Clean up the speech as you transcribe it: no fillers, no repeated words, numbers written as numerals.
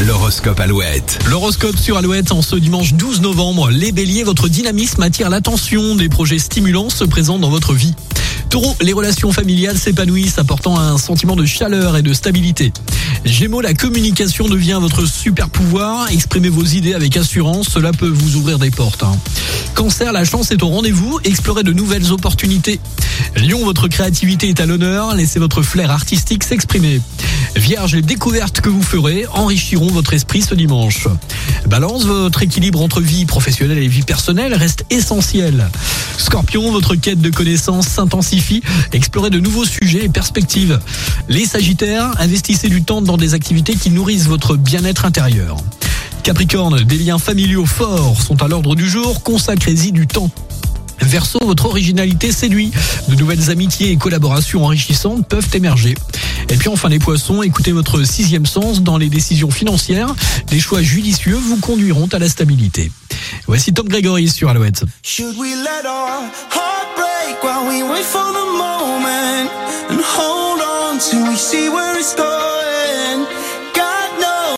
L'horoscope Alouette. L'horoscope sur Alouette en ce dimanche 12 novembre. Les béliers, votre dynamisme attire l'attention. Des projets stimulants se présentent dans votre vie. Taureau, les relations familiales s'épanouissent, apportant un sentiment de chaleur et de stabilité. Gémeaux, la communication devient votre super pouvoir. Exprimez vos idées avec assurance, cela peut vous ouvrir des portes. Cancer, la chance est au rendez-vous, explorez de nouvelles opportunités. Lion, votre créativité est à l'honneur, laissez votre flair artistique s'exprimer. Vierge, les découvertes que vous ferez enrichiront votre esprit ce dimanche. Balance, votre équilibre entre vie professionnelle et vie personnelle reste essentiel. Scorpion, votre quête de connaissances s'intensifie, explorez de nouveaux sujets et perspectives. Les Sagittaires, investissez du temps dans des activités qui nourrissent votre bien-être intérieur. Capricorne, des liens familiaux forts sont à l'ordre du jour, consacrez-y du temps. Verseau, votre originalité séduit. De nouvelles amitiés et collaborations enrichissantes peuvent émerger. Et puis enfin les poissons, écoutez votre sixième sens dans les décisions financières. Des choix judicieux vous conduiront à la stabilité. Voici Tom Gregory sur Alouette. Should we let our heart break while we wait for the moment and hold on till we see where it's going?